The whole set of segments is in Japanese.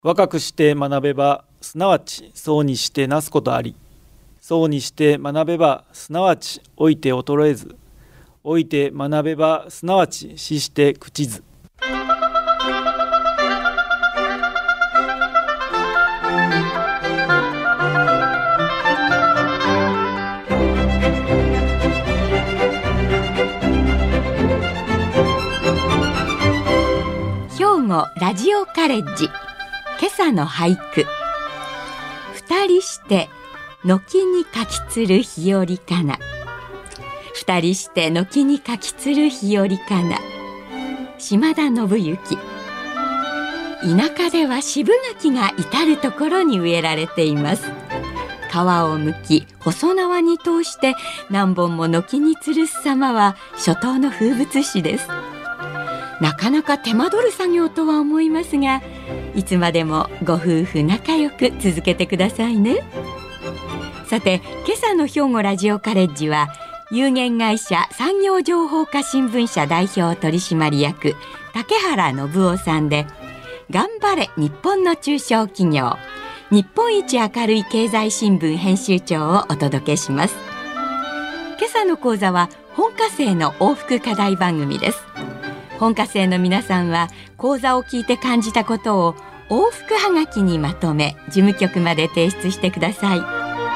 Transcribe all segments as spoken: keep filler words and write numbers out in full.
若くして学べばすなわちそうにしてなすことあり、そうにして学べばすなわち老いて衰えず、老いて学べばすなわち死して朽ちず。 兵庫ラジオカレッジ、今朝の俳句。二人して軒にかきつる日和かな。二人して軒にかきつる日和かな。島田信之。田舎では渋柿が至るところに植えられています。皮を剥き細縄に通して何本も軒に吊るす様は初冬の風物詩です。なかなか手間取る作業とは思いますが、いつまでもご夫婦仲良く続けてくださいね。さて、今朝の兵庫ラジオカレッジは、有限会社産業情報化新聞社代表取締役竹原信夫さんで、頑張れ日本の中小企業、日本一明るい経済新聞編集長をお届けします。今朝の講座は本科生の往復課題番組です。本科生の皆さんは講座を聞いて感じたことを往復はがきにまとめ、事務局まで提出してください。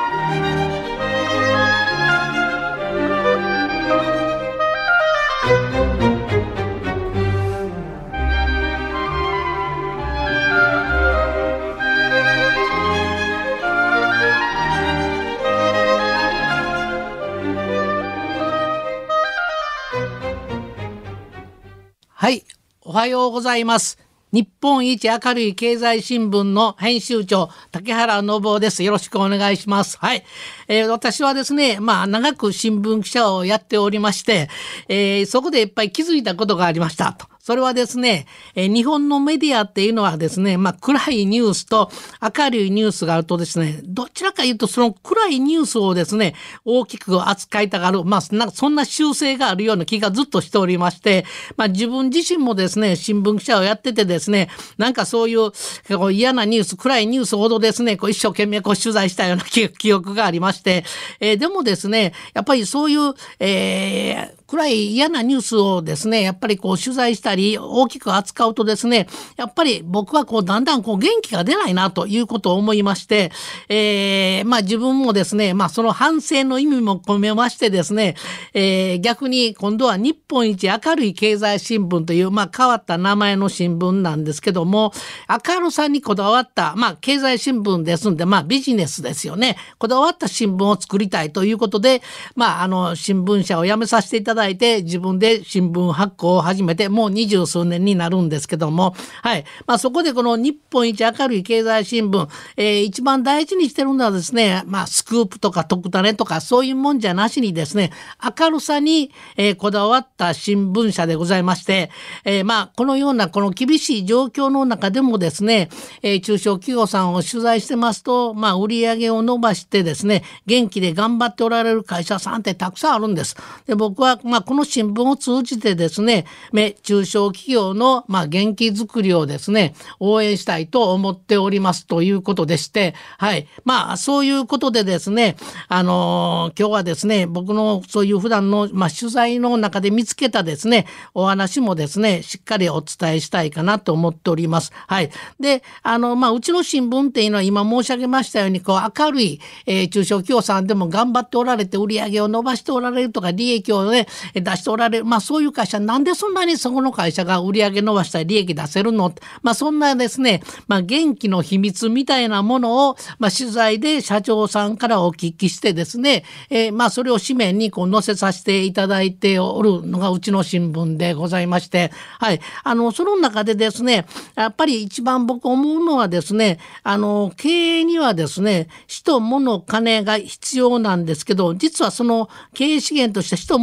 はい、おはようございます。日本一明るい経済新聞の編集長竹原信夫です。よろしくお願いします。はい、えー、私はですね、まあ長く新聞記者をやっておりまして、えー、そこでいっぱい気づいたことがありましたと。それはですね、えー、日本のメディアっていうのはですね、まあ暗いニュースと明るいニュースがあるとですね、どちらかいうとその暗いニュースをですね、大きく扱いたがる、まあなんかそんな習性があるような気がずっとしておりまして、まあ自分自身もですね、新聞記者をやっててですね、なんかそういうこう嫌なニュース、暗いニュースほどですね、こう一生懸命こう取材したような記憶がありまして、えー、でもですね、やっぱりそういう、えー暗い嫌なニュースをですね、やっぱりこう取材したり大きく扱うとですね、やっぱり僕はこうだんだんこう元気が出ないなということを思いまして、えー、まあ自分もですね、まあその反省の意味も込めましてですね、えー、逆に今度は日本一明るい経済新聞というまあ変わった名前の新聞なんですけども、明るさにこだわったまあ経済新聞ですんで、まあビジネスですよね。こだわった新聞を作りたいということで、まああの新聞社を辞めさせていただいていただいて自分で新聞発行を始めてもう二十数年になるんですけども、はい、まあそこでこの日本一明るい経済新聞、えー、一番大事にしてるのはですね、まあスクープとか特ダネとかそういうもんじゃなしにですね、明るさに、えー、こだわった新聞社でございまして、えー、まあこのようなこの厳しい状況の中でもですね、えー、中小企業さんを取材してますと、まあ売り上げを伸ばしてですね、元気で頑張っておられる会社さんってたくさんあるんです。で、僕はまあ、この新聞を通じてですね、中小企業のまあ元気づくりをですね、応援したいと思っておりますということでして、はい、まあそういうことでですね、あのー、今日はですね、僕のそういう普段のまあ取材の中で見つけたですね、お話もですね、しっかりお伝えしたいかなと思っております。はい。で、あのまあうちの新聞っていうのは今申し上げましたように、こう明るい、えー、中小企業さんでも頑張っておられて売り上げを伸ばしておられるとか利益をね出しておられる、まあそういう会社、なんでそんなにそこの会社が売り上げ伸ばしたり利益出せるの、まあそんなですね、まあ元気の秘密みたいなものを、まあ取材で社長さんからお聞きしてですね、えー、まあそれを紙面にこう載せさせていただいておるのがうちの新聞でございまして、はい、あのその中でですね、やっぱり一番僕思うのはですね、あの経営にはですね、人物金が必要なんですけど、実はその経営資源として人物金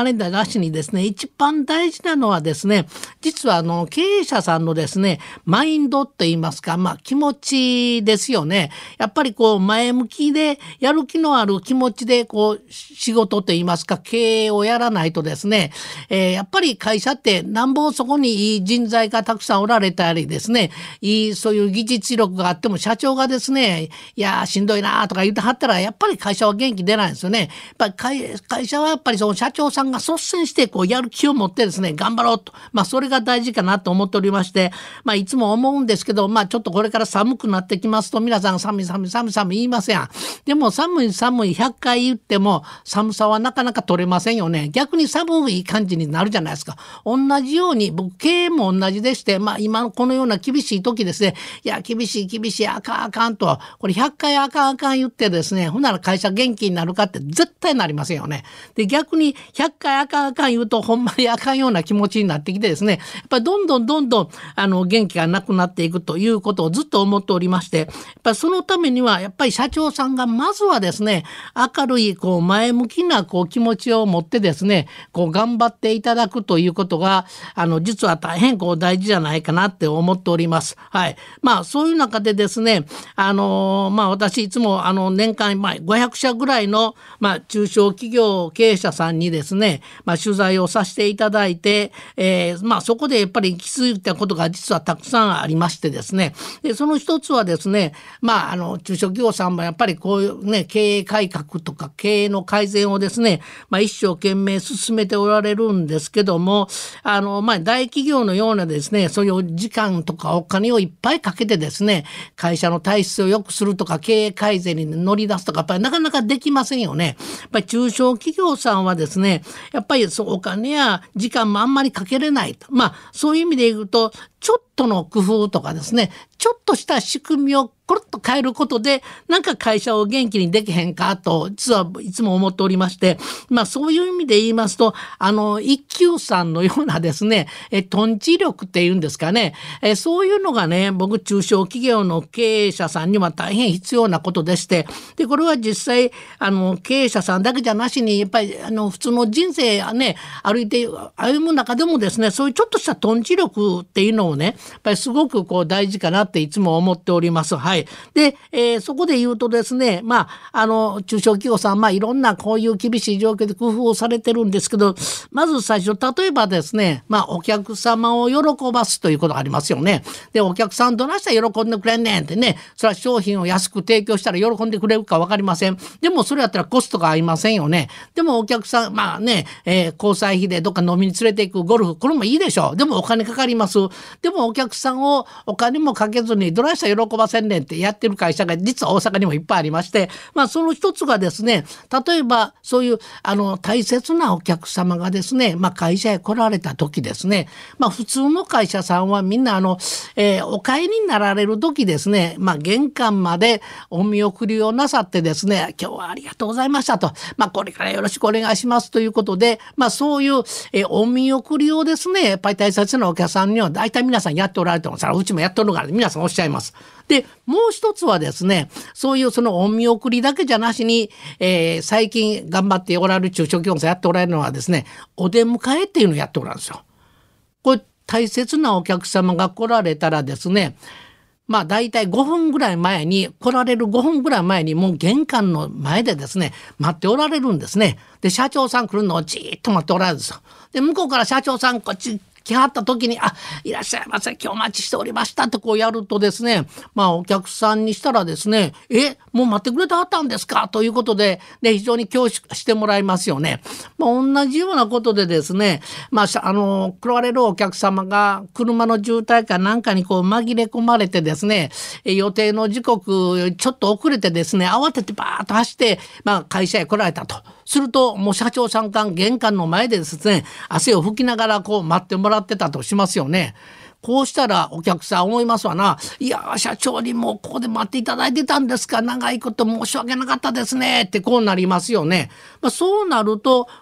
金なしにですね、一番大事なのはですね、実はあの経営者さんのですね、マインドといいますか、まあ気持ちですよね。やっぱりこう前向きでやる気のある気持ちでこう仕事といいますか経営をやらないとですね、えー、やっぱり会社ってなんぼそこにいい人材がたくさんおられたりですね、いいそういう技術力があっても社長がですね、いやしんどいなとか言ってはったらやっぱり会社は元気出ないんですよね。やっぱり 会, 会社はやっぱりその社長さんが率先してこうやる気を持ってですね頑張ろうと、まあそれが大事かなと思っておりまして、まあいつも思うんですけど、まあちょっとこれから寒くなってきますと皆さん寒い寒い寒い寒い言いません。でも寒い寒いひゃっかい言っても寒さはなかなか取れませんよね。逆に寒い感じになるじゃないですか。同じように僕経営も同じでして、まあ今このような厳しい時ですね、いや厳しい厳しいあかんあかんとこれひゃっかいあかんあかん言ってですね、ほんなら会社元気になるかって絶対なりませんよね。で逆にひゃっかいあかんあかん言うとほんまにあかんような気持ちになってきてですね、やっぱりどんどんどんどんあの元気がなくなっていくということをずっと思っておりまして、やっぱりそのためにはやっぱり社長さんがまずはですね、明るいこう前向きなこう気持ちを持ってですね、こう頑張っていただくということがあの実は大変こう大事じゃないかなって思っております。はい。まあそういう中でですね、あのー、まあ私いつもあの年間まあごひゃくしゃぐらいのまあ中小企業経営者さんにですね、まあ取材をさせていただいて、えー、まあそこでやっぱり気づいたことが実はたくさんありましてですね、でその一つはですね、まああの中小企業さんもやっぱりこういうね経営改革とか経営の改善をですね、まあ一生懸命進めておられるんですけども、あのまあ大企業のようなですね、そういう時間とかお金をいっぱいかけてですね、会社の体質を良くするとか経営改善に乗り出すとかやっぱりなかなかできませんよね。やっぱり中小企業さんはですね、やっぱりそうお金や時間もあんまりかけれないと、まあそういう意味で言うとちょっとの工夫とかですね、ちょっとした仕組みをコロッと変えることでなんか会社を元気にできへんかと実はいつも思っておりまして、まあそういう意味で言いますと、あの一休さんのようなですね、えトンチ力っていうんですかね、えそういうのがね、僕中小企業の経営者さんには大変必要なことでして、でこれは実際あの経営者さんだけじゃなしにやっぱりあの普通の人生ね歩いて歩む中でもですね、そういうちょっとしたトンチ力っていうのをね、やっぱりすごくこう大事かなっていつも思っております。はい。で、えー、そこで言うとですね、まああの中小企業さん、まあいろんなこういう厳しい状況で工夫をされてるんですけど、まず最初例えばですね、まあお客様を喜ばすということがありますよね。でお客さんどないしたら喜んでくれんねんってね、それは商品を安く提供したら喜んでくれるか分かりません。でもそれやったらコストが合いませんよね。でもお客さんまあね、えー、交際費でどっか飲みに連れていくゴルフ、これもいいでしょう。でもお金かかります。でもお客さんをお金もかけずにどないしたら喜ばせんねんってやってる会社が実は大阪にもいっぱいありまして、まあその一つがですね、例えばそういうあの大切なお客様がですね、まあ会社へ来られた時ですね、まあ普通の会社さんはみんなあの、えー、お帰りになられる時ですね、まあ玄関までお見送りをなさってですね、今日はありがとうございましたと、まあこれからよろしくお願いしますということで、まあそういう、えー、お見送りをですね、やっぱり大切なお客さんには大体皆さんやっておられてます。うちもやっておるから皆さんおっしゃいます。でもう一つはですね、そういうそのお見送りだけじゃなしに、えー、最近頑張っておられる中小企業さんやっておられるのはですね、お出迎えっていうのをやっておられるんですよ。これ大切なお客様が来られたらですね、まあ大体ごふんぐらい前に来られるごふんぐらい前にもう玄関の前でですね待っておられるんですね。で社長さん来るのをじーっと待っておられるんですよ。で向こうから社長さんこっち来はった時に、あ、いらっしゃいませ、今日お待ちしておりましたとこうやるとですね、まあお客さんにしたらですね、え、もう待ってくれてはったんですかということで、で非常に恐縮してもらいますよね。まあ同じようなことでですね、まああの来られるお客様が車の渋滞かなんかにこう紛れ込まれてですね、予定の時刻ちょっと遅れてですね、慌ててバーッと走って、まあ会社へ来られたと。するともう社長さんが玄関の前でですね、汗を拭きながらこう待ってもらってたとしますよね。こうしたらお客さん思いますわな。いや社長にもうここで待っていただいてたんですか、長いこと申し訳なかったですねってこうなりますよね。まあ、そうなると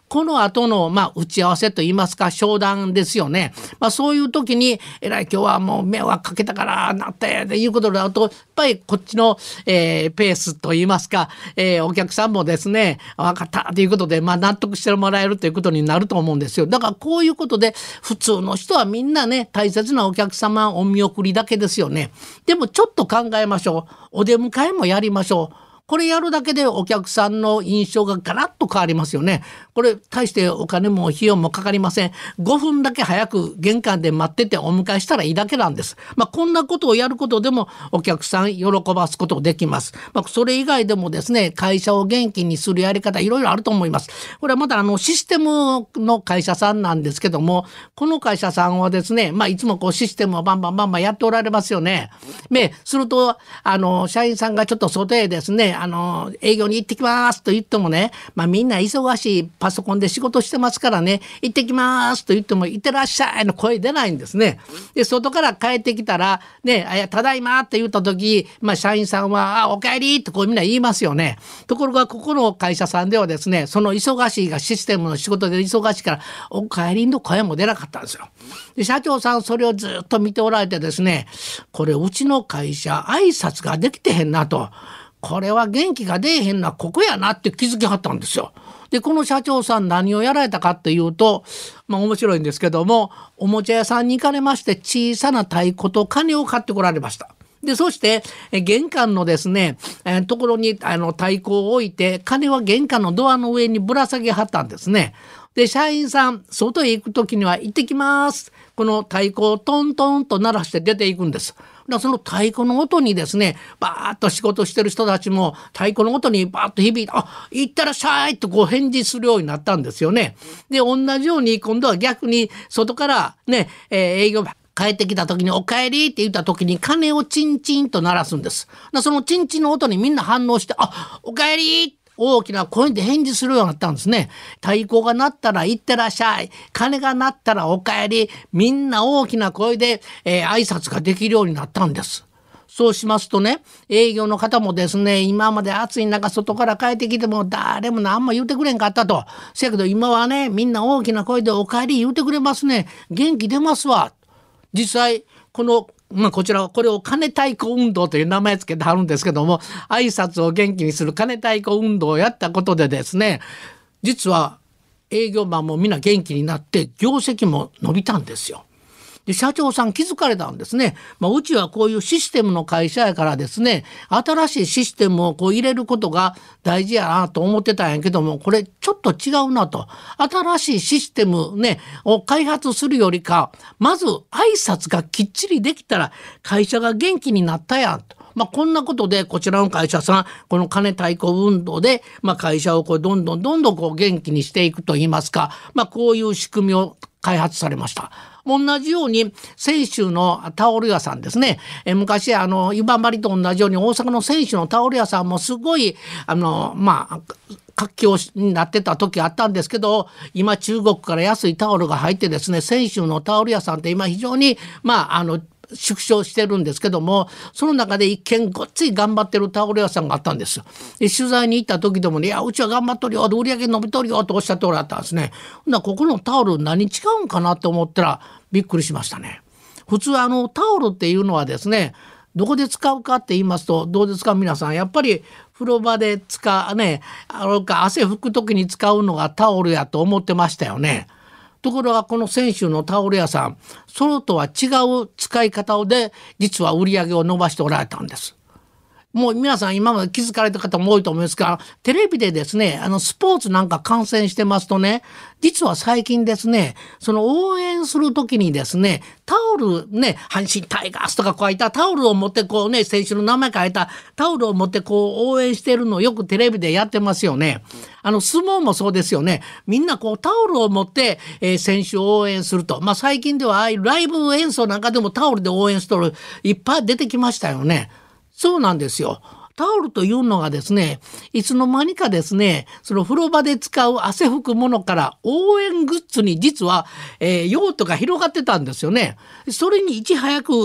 この後のまあ打ち合わせといいますか商談ですよね。まあ、そういう時にえらい今日はもう迷惑かけたからなったやでいうことだとやっぱりこっちの、えー、ペースといいますか、えー、お客さんもですね分かったということで、まあ、納得してもらえるということになると思うんですよ。だからこういうことで普通の人はみんなね大切なお客様お見送りだけですよね。でもちょっと考えましょう。お出迎えもやりましょう。これやるだけでお客さんの印象がガラッと変わりますよね。これ大してお金も費用もかかりません。ごふんだけ早く玄関で待っててお迎えしたらいいだけなんです。まあ、こんなことをやることでもお客さん喜ばすことができます。まあ、それ以外でもですね会社を元気にするやり方いろいろあると思います。これはまたあのシステムの会社さんなんですけども、この会社さんはですね、まあ、いつもこうシステムをバンバンバンバンやっておられますよね。でするとあの社員さんがちょっと外へですねあの営業に行ってきますと言ってもね、まあ、みんな忙しいパソコンで仕事してますからね、行ってきますと言っても行ってらっしゃいの声出ないんですね。で外から帰ってきたらね、あただいまって言った時、まあ、社員さんはあおかえりってこうみんな言いますよね。ところがここの会社さんではですねその忙しいがシステムの仕事で忙しいからおかえりの声も出なかったんですよ。で社長さんそれをずっと見ておられてですね、これうちの会社挨拶ができてへんなと、これは元気が出えへんのはここやなって気づきはったんですよ。でこの社長さん何をやられたかっていうと、まあ面白いんですけども、おもちゃ屋さんに行かれまして小さな太鼓と鐘を買ってこられました。でそしてえ玄関のですね、えー、ところにあの太鼓を置いて鐘は玄関のドアの上にぶら下げはったんですね。で社員さん外へ行く時には行ってきますこの太鼓をトントンと鳴らして出ていくんです。だその太鼓の音にですねバーッと仕事してる人たちも太鼓の音にバーッと響いてあ行ってらっしゃいとこう返事するようになったんですよね。で同じように今度は逆に外からね、えー、営業帰ってきた時におかえりって言った時に鐘をチンチンと鳴らすんです。だそのチンチンの音にみんな反応してあおかえり大きな声で返事するようになったんですね。太鼓が鳴ったら行ってらっしゃい、鐘が鳴ったらおかえり、みんな大きな声で、えー、挨拶ができるようになったんです。そうしますとね営業の方もですね今まで暑い中外から帰ってきても誰も何も言うてくれんかったと、せやけど今はねみんな大きな声でおかえり言うてくれますね、元気出ますわ。実際このまあ、こちらはこれを鐘太鼓運動という名前つけてあるんですけども、挨拶を元気にする鐘太鼓運動をやったことでですね実は営業マンもみんな元気になって業績も伸びたんですよ。で社長さん気づかれたんですね。まあ、うちはこういうシステムの会社やからですね新しいシステムをこう入れることが大事やなと思ってたんやけども、これちょっと違うなと、新しいシステムねを開発するよりかまず挨拶がきっちりできたら会社が元気になったやんと。まあ、こんなことでこちらの会社さんこの鐘太鼓運動で、まあ、会社をこうどんどんどんどんこう元気にしていくといいますか、まあ、こういう仕組みを開発されました。同じように泉州のタオル屋さんですね、え昔あの湯葉張と同じように大阪の泉州のタオル屋さんもすごいあのまあ活況になってた時あったんですけど、今中国から安いタオルが入ってですね泉州のタオル屋さんって今非常にまああの縮小してるんですけども、その中で一見ごっつい頑張ってるタオル屋さんがあったんです。で取材に行った時でもね、いやうちは頑張っとるよ、売り上げ伸びとるよとおっしゃっておられたんですね。ほんならここのタオル何違うんかなと思ったらびっくりしましたね。普通あのタオルっていうのはですねどこで使うかって言いますとどうですか皆さん、やっぱり風呂場で使うねあのか汗拭く時に使うのがタオルやと思ってましたよね。ところがこの泉州のタオル屋さんそれとは違う使い方で実は売り上げを伸ばしておられたんです。もう皆さん今まで気づかれた方も多いと思いますが、テレビでですねあのスポーツなんか観戦してますとね、実は最近ですねその応援する時にですねタオルね阪神タイガースとかこういったタオルを持ってこうね選手の名前書いたタオルを持ってこう応援してるのをよくテレビでやってますよね。あの相撲もそうですよね。みんなこうタオルを持って、えー、選手を応援すると、まあ最近ではああいうライブ演奏なんかでもタオルで応援しとるいっぱい出てきましたよね。そうなんですよ。タオルというのがですねいつの間にかですねその風呂場で使う汗拭くものから応援グッズに実は、えー、用途が広がってたんですよね。それにいち早く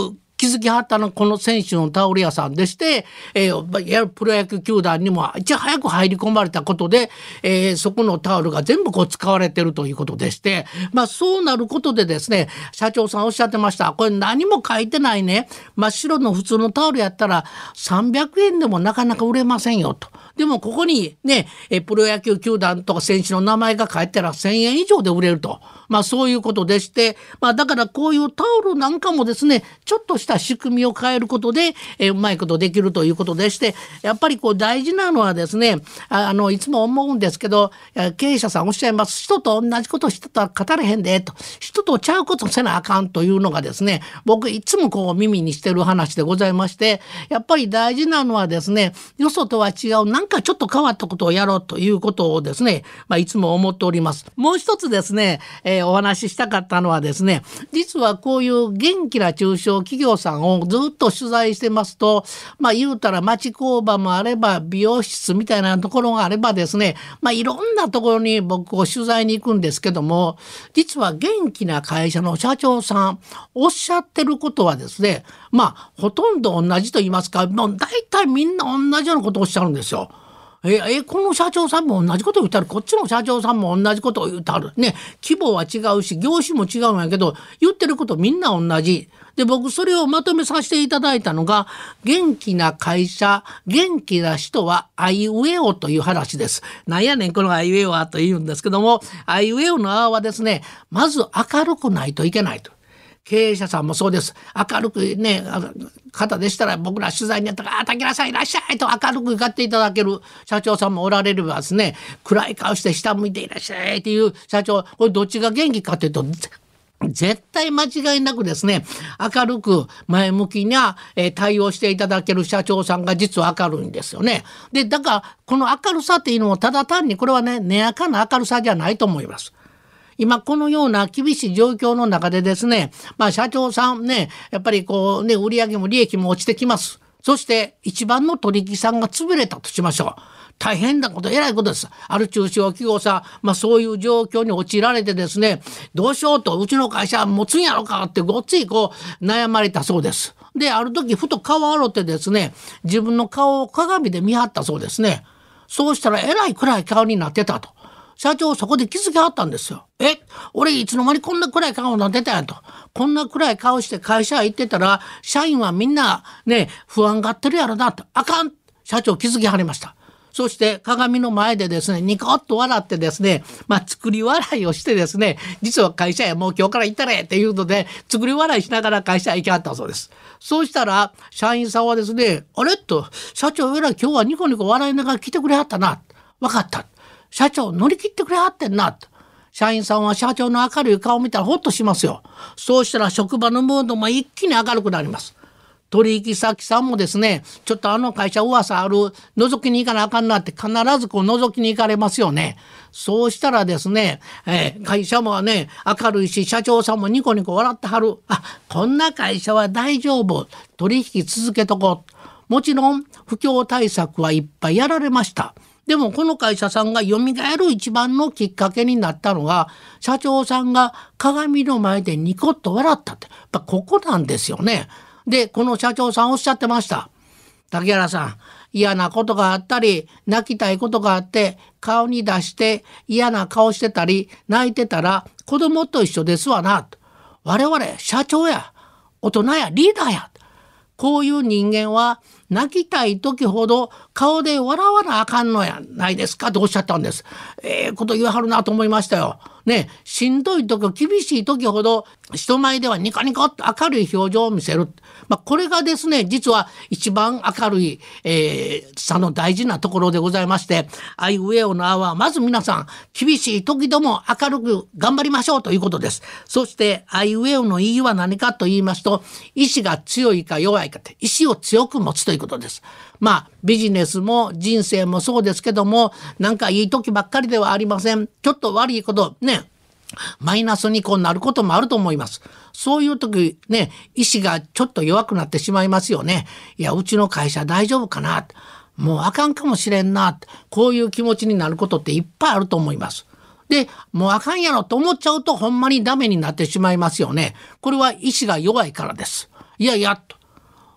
気づきはったのこの選手のタオル屋さんでして、えー、プロ野球球団にもいち早く入り込まれたことで、えー、そこのタオルが全部こう使われてるということでして、まあ、そうなることでですね、社長さんおっしゃってました。これ何も書いてないね真っ白の普通のタオルやったらさんびゃくえんでもなかなか売れませんよと。でもここにねえプロ野球球団とか選手の名前が書いてたらせんえん以上で売れると、まあ、そういうことでして、まあ、だからこういうタオルなんかもですねちょっとした仕組みを変えることでえうまいことできるということでして、やっぱりこう大事なのはですね、ああのいつも思うんですけど、経営者さんおっしゃいます。人と同じことしてたら語れへんでと、人とちゃうことせなあかんというのがですね、僕いつもこう耳にしてる話でございまして、やっぱり大事なのはですね、よそとは違うなんかちょっと変わったことをやろうということをですね、まあ、いつも思っております。もう一つですね、えー、お話ししたかったのはですね、実はこういう元気な中小企業さんをずっと取材してますと、まあ言うたら町工場もあれば美容室みたいなところがあればですね、まあいろんなところに僕を取材に行くんですけども、実は元気な会社の社長さんおっしゃってることはですね、まあほとんど同じと言いますか、もう大体みんな同じようなことをおっしゃるんですよ。ええこの社長さんも同じことを言ったらこっちの社長さんも同じことを言ってあるね。規模は違うし業種も違うんやけど言ってることみんな同じで、僕それをまとめさせていただいたのが元気な会社元気な人はあいうえおという話です。なんやねんこのあいうえおはと言うんですけども、あいうえおのあはですね、まず明るくないといけないと。経営者さんもそうです。明るくね方でしたら僕ら取材にやったら「あ竹原さんいらっしゃい」と明るく買っていただける社長さんもおられればですね、暗い顔して下向いていらっしゃいっていう社長、これどっちが元気かというと絶対間違いなくですね、明るく前向きな対応していただける社長さんが実は明るいんですよね。でだからこの明るさっていうのもただ単にこれはね根やかな明るさじゃないと思います。今このような厳しい状況の中でですね、まあ社長さんねやっぱりこうね売上も利益も落ちてきます。そして一番の取引さんが潰れたとしましょう。大変なこと、えらいことです。ある中小企業さん、まあ、そういう状況に陥られてですね、どうしようとうちの会社持つんやろかってごっついこう悩まれたそうです。である時ふと顔を洗ってですね、自分の顔を鏡で見張ったそうですね。そうしたらえらい暗い顔になってたと。社長そこで気づきはったんですよ。え俺いつの間にこんな暗い顔になってたんやと。こんな暗い顔して会社行ってたら社員はみんなね不安がってるやろなと。あかん、社長気づきはりました。そして鏡の前でですねニコッと笑ってですね、まあ作り笑いをしてですね、実は会社へもう今日から行ったれっていうので作り笑いしながら会社へ行きはったそうです。そうしたら社員さんはですね、あれと社長えらい今日はニコニコ笑いながら来てくれはったな、分かった、社長乗り切ってくれはってんなと。社員さんは社長の明るい顔を見たらホッとしますよ。そうしたら職場のムードも一気に明るくなります。取引先さんもですね、ちょっとあの会社噂ある、覗きに行かなあかんなって必ずこう覗きに行かれますよね。そうしたらですね、えー、会社もね明るいし社長さんもニコニコ笑ってはる。あ、こんな会社は大丈夫、取引続けとこう。もちろん不況対策はいっぱいやられました。でもこの会社さんが蘇る一番のきっかけになったのが社長さんが鏡の前でニコッと笑ったって、やっぱここなんですよね。でこの社長さんおっしゃってました。竹原さん、嫌なことがあったり泣きたいことがあって顔に出して嫌な顔してたり泣いてたら子供と一緒ですわな。我々社長や大人やリーダーや、こういう人間は泣きたい時ほど顔で笑わなあかんのやないですかとおっしゃったんです。ええー、こと言わはるなと思いましたよ。ね、しんどい時厳しい時ほど人前ではニコニコっと明るい表情を見せる、まあ、これがですね実は一番明るい、えー、差の大事なところでございまして、あいうえおのあはまず皆さん厳しい時でも明るく頑張りましょうということです。そしてあいうえおのいは何かと言いますと、意志が強いか弱いかって意志を強く持つということです。まあビジネスも人生もそうですけども、なんかいい時ばっかりではありません。ちょっと悪いことねマイナスにこうなることもあると思います。そういう時ね意志がちょっと弱くなってしまいますよね。いやうちの会社大丈夫かな、もうあかんかもしれんな、こういう気持ちになることっていっぱいあると思います。でもうあかんやろと思っちゃうとほんまにダメになってしまいますよね。これは意志が弱いからです。いやいやと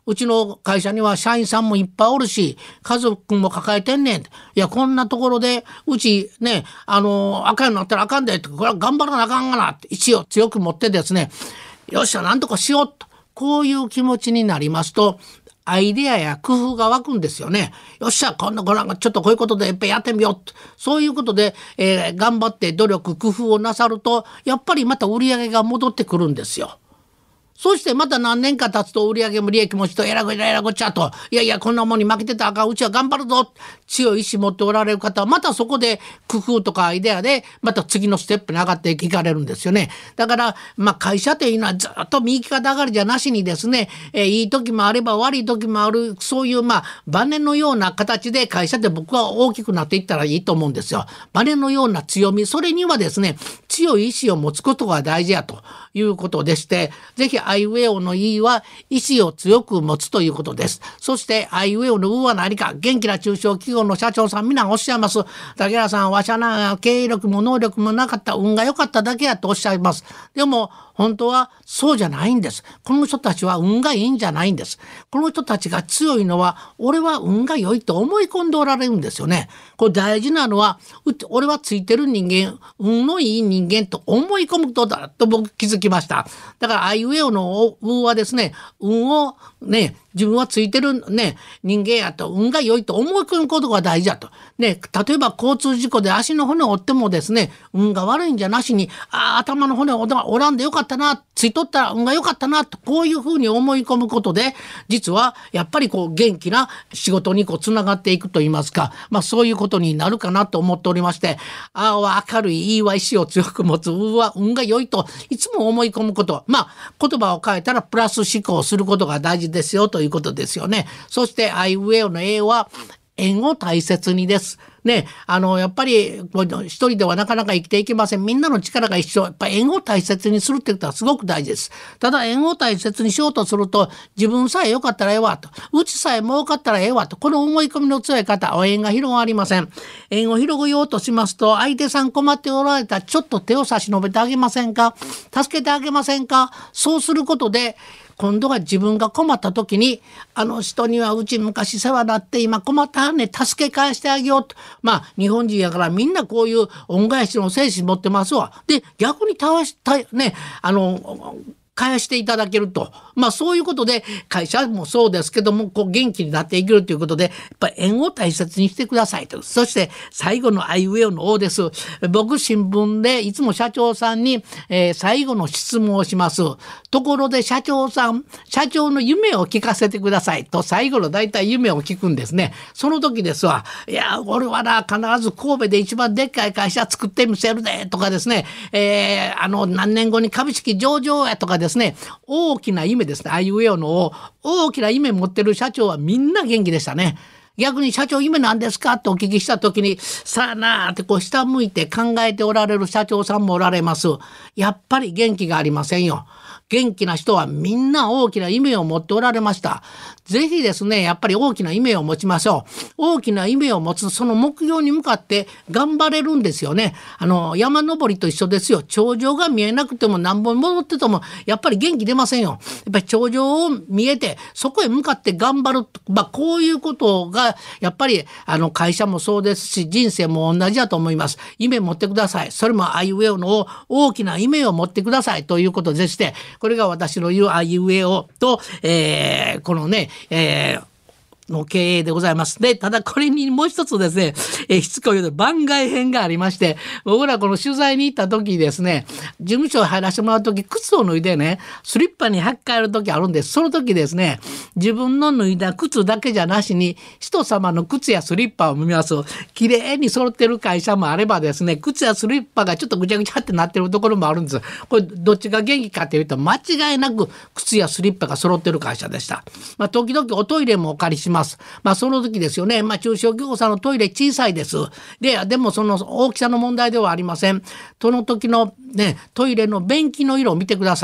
うちの会社には社員さんもいっぱいおるし家族も抱えてんねん。いやこんなところでうちねあのあかんようになったらあかんでってこれは頑張らなあかんがなって意思を強く持ってですねよっしゃなんとかしようとこういう気持ちになりますとアイデアや工夫が湧くんですよね。よっしゃこんなこれちょっとこういうことでやっぱりやってみようとそういうことで、えー、頑張って努力工夫をなさるとやっぱりまた売り上げが戻ってくるんですよ。そしてまた何年か経つと売り上げも利益もちとえらぐちゃえらぐちゃといやいやこんなもんに負けてたらあかんうちは頑張るぞ強い意志持っておられる方はまたそこで工夫とかアイデアでまた次のステップに上がっていかれるんですよね。だからまあ会社というのはずっと右肩上がりじゃなしにですね、えー、いい時もあれば悪い時もあるそういうまあバネのような形で会社って僕は大きくなっていったらいいと思うんですよ。バネのような強みそれにはですね強い意志を持つことが大事やということでしてぜひアイウェオの意は意志を強く持つということです。そしてアイウェオのウは何か元気な中小企業の社長さん皆おっしゃいます。竹原さんわしゃな経営力も能力もなかった運が良かっただけやとおっしゃいます。でも本当はそうじゃないんです。この人たちは運がいいんじゃないんです。この人たちが強いのは俺は運が良いと思い込んでおられるんですよね。これ大事なのは俺はついてる人間運のいい人間と思い込むことだと僕気づきました。だからアイウェオの運はですね運をね自分はついてるね人間やと運が良いと思い込むことが大事だとね例えば交通事故で足の骨を折ってもですね運が悪いんじゃなしにあ頭の骨を折らんでよかったなついとったら運が良かったなとこういうふうに思い込むことで実はやっぱりこう元気な仕事にこうつながっていくといいますかまあそういうことになるかなと思っておりましてあは明るいいいは意志を強く持つうは運が良いといつも思い込むことまあ言葉を変えたらプラス思考することが大事ですよということですよね。そしてアイウェオの A は縁を大切にですね、あのやっぱり一人ではなかなか生きていけません。みんなの力が一緒やっぱり縁を大切にするってことはすごく大事です。ただ縁を大切にしようとすると自分さえ良かったらええわとうちさえ儲かったらええわとこの思い込みの強い方縁が広がりません。縁を広げようとしますと相手さん困っておられたらちょっと手を差し伸べてあげませんか助けてあげませんか。そうすることで今度は自分が困った時にあの人にはうち昔世話になって今困ったはんね助け返してあげようとまあ日本人やからみんなこういう恩返しの精神持ってますわ。で逆に倒したねあの返していただけるとまあそういうことで会社もそうですけどもこう元気になっていけるということでやっぱり縁を大切にしてくださいと。そして最後のアイウェオの O です。僕新聞でいつも社長さんに、えー、最後の質問をします。ところで社長さん社長の夢を聞かせてくださいと最後のだいたい夢を聞くんですね。その時ですわいや俺はな必ず神戸で一番でっかい会社作ってみせるでとかですね、えー、あの何年後に株式上場やとかですね大きな夢ですね。アイウェオの大きな夢持ってる社長はみんな元気でしたね。逆に社長夢なんですかってお聞きした時にさあなーってこう下向いて考えておられる社長さんもおられます。やっぱり元気がありませんよ。元気な人はみんな大きな夢を持っておられました。ぜひですねやっぱり大きな夢を持ちましょう。大きな夢を持つその目標に向かって頑張れるんですよね。あの山登りと一緒ですよ。頂上が見えなくても何本戻っててもやっぱり元気出ませんよ。やっぱり頂上を見えてそこへ向かって頑張る、まあ、こういうことがやっぱりあの会社もそうですし人生も同じだと思います。夢持ってください。それもアイウェオの大きな夢を持ってくださいということでしてこれが私の言うアイウェオと、えー、このねえーの経営でございます。で、ただこれにもう一つですね、えー、しつこいようで番外編がありまして、僕らこの取材に行った時にですね、事務所に入らせてもらう時、靴を脱いでね、スリッパに履き替える時あるんです。その時ですね、自分の脱いだ靴だけじゃなしに、人様の靴やスリッパを見ます。綺麗に揃ってる会社もあればですね、靴やスリッパがちょっとぐちゃぐちゃってなってるところもあるんです。これどっちが元気かというと、間違いなく靴やスリッパが揃ってる会社でした。まあ、時々おトイレもお借りします。まあその時ですよね、まあ、中小企業さんのトイレ小さいです。で、でもその大きさの問題ではありません。その時のねトイレの便器の色を見てください。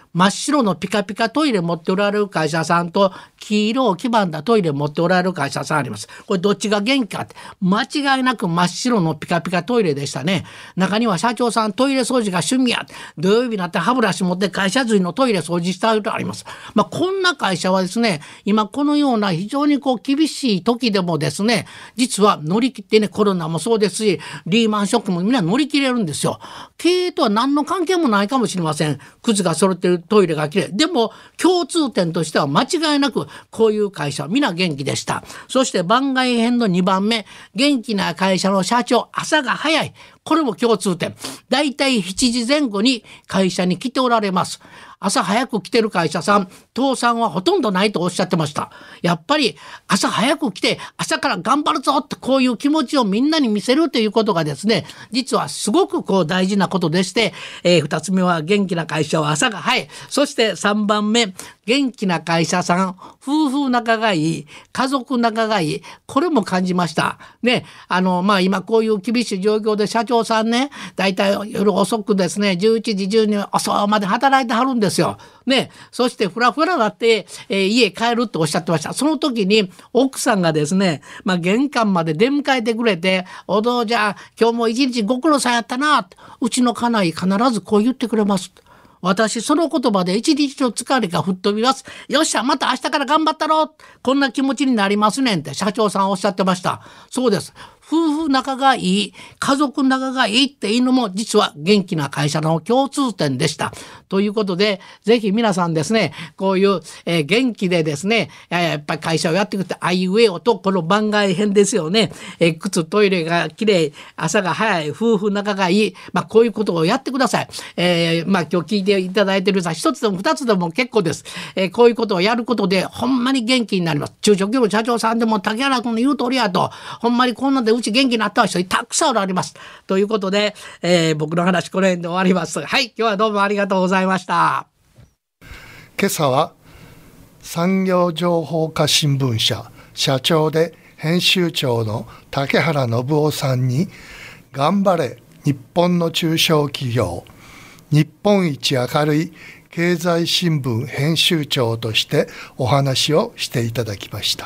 真っ白のピカピカトイレ持っておられる会社さんと黄色を黄ばんだトイレ持っておられる会社さんあります。これどっちが元気かって、間違いなく真っ白のピカピカトイレでしたね。中には社長さんトイレ掃除が趣味や、土曜日になって歯ブラシ持って会社随のトイレ掃除したいとあります。まあ、こんな会社はですね、今このような非常にこう厳しい時でもですね、実は乗り切ってね、コロナもそうですしリーマンショックもみんな乗り切れるんですよ。経営とは何の関係もないかもしれません。靴が揃ってる、トイレがきれいでも共通点としては間違いなくこういう会社は皆元気でした。そして番外編のにばんめ、元気な会社の社長朝が早い、これも共通点。だいたいしちじぜん後に会社に来ておられます。朝早く来てる会社さん、倒産はほとんどないとおっしゃってました。やっぱり朝早く来て朝から頑張るぞってこういう気持ちをみんなに見せるということがですね、実はすごくこう大事なことでして、えー、ふたつめは元気な会社は朝が早い。そしてさんばんめ、元気な会社さん、夫婦仲がいい、家族仲がいい、これも感じましたね。あのまあ今こういう厳しい状況で社長さんね、だいたい夜遅くですね、じゅういちじじゅうにじ遅まで働いてはるんですよね。そしてフラフラなって、えー、家帰るっておっしゃってました。その時に奥さんがですね、まあ、玄関まで出迎えてくれて、お父ちゃん今日も一日ご苦労さんやったな、うちの家内必ずこう言ってくれます。私その言葉で一日の疲れが吹っ飛びます。よっしゃまた明日から頑張ったろ、こんな気持ちになりますねんって社長さんおっしゃってました。そうです。夫婦仲がいい、家族仲がいいっていうのも実は元気な会社の共通点でした。ということでぜひ皆さんですね、こういう、えー、元気でですね、やっぱり会社をやってくれてあいうえおとこの番外編ですよね。えー、靴トイレがきれい、朝が早い、夫婦仲がいい、まあ、こういうことをやってください。えー、まあ今日聞いていただいているさ、一つでも二つでも結構です。えー、こういうことをやることでほんまに元気になります。中小企業の社長さんでも竹原君の言う通りやと、ほんまにこんなんでうち元気になった人にたくさんおられます。ということで、えー、僕の話この辺で終わります。はい、今日はどうもありがとうございました。 今朝は産業情報化新聞社社長で編集長の竹原信夫さんに、頑張れ日本の中小企業、日本一明るい経済新聞編集長としてお話をしていただきました。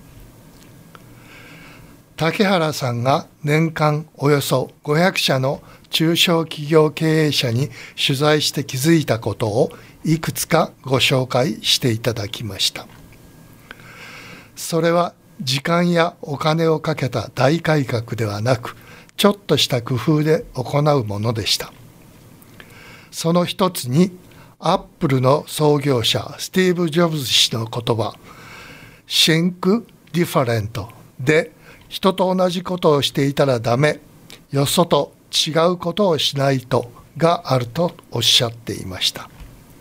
竹原さんが年間およそごひゃくしゃの中小企業経営者に取材して気づいたことをいくつかご紹介していただきました。それは時間やお金をかけた大改革ではなく、ちょっとした工夫で行うものでした。その一つにアップルの創業者スティーブ・ジョブズ氏の言葉、Think Different で、人と同じことをしていたらダメ、よそと違うことをしないとがあるとおっしゃっていました。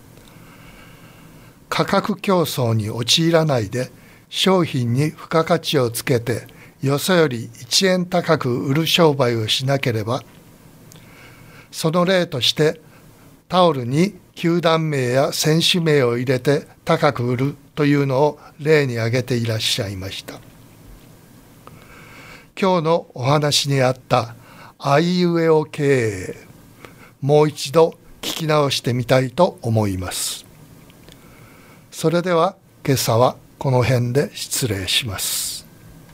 価格競争に陥らないで、商品に付加価値をつけてよそよりいちえん高く売る商売をしなければ、その例としてタオルに球団名や選手名を入れて高く売るというのを例に挙げていらっしゃいました。今日のお話にあったあいうえお経営、もう一度聞き直してみたいと思います。それでは今朝はこの辺で失礼します。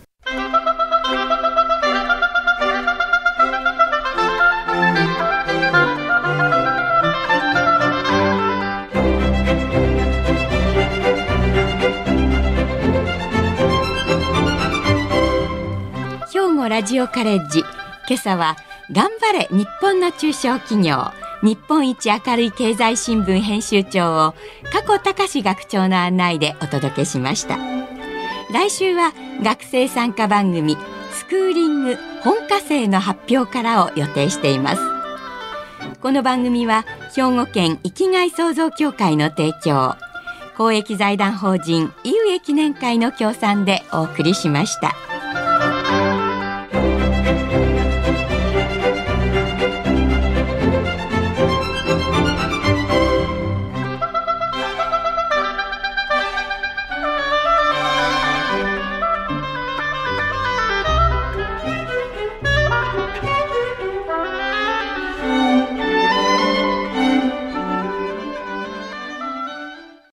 ラジオカレッジ、今朝は頑張れ日本の中小企業、日本一明るい経済新聞編集長を加古隆学長の案内でお届けしました。来週は学生参加番組スクーリング本科生の発表からを予定しています。この番組は兵庫県生きがい創造協会の提供、公益財団法人井上記念会の協賛でお送りしました。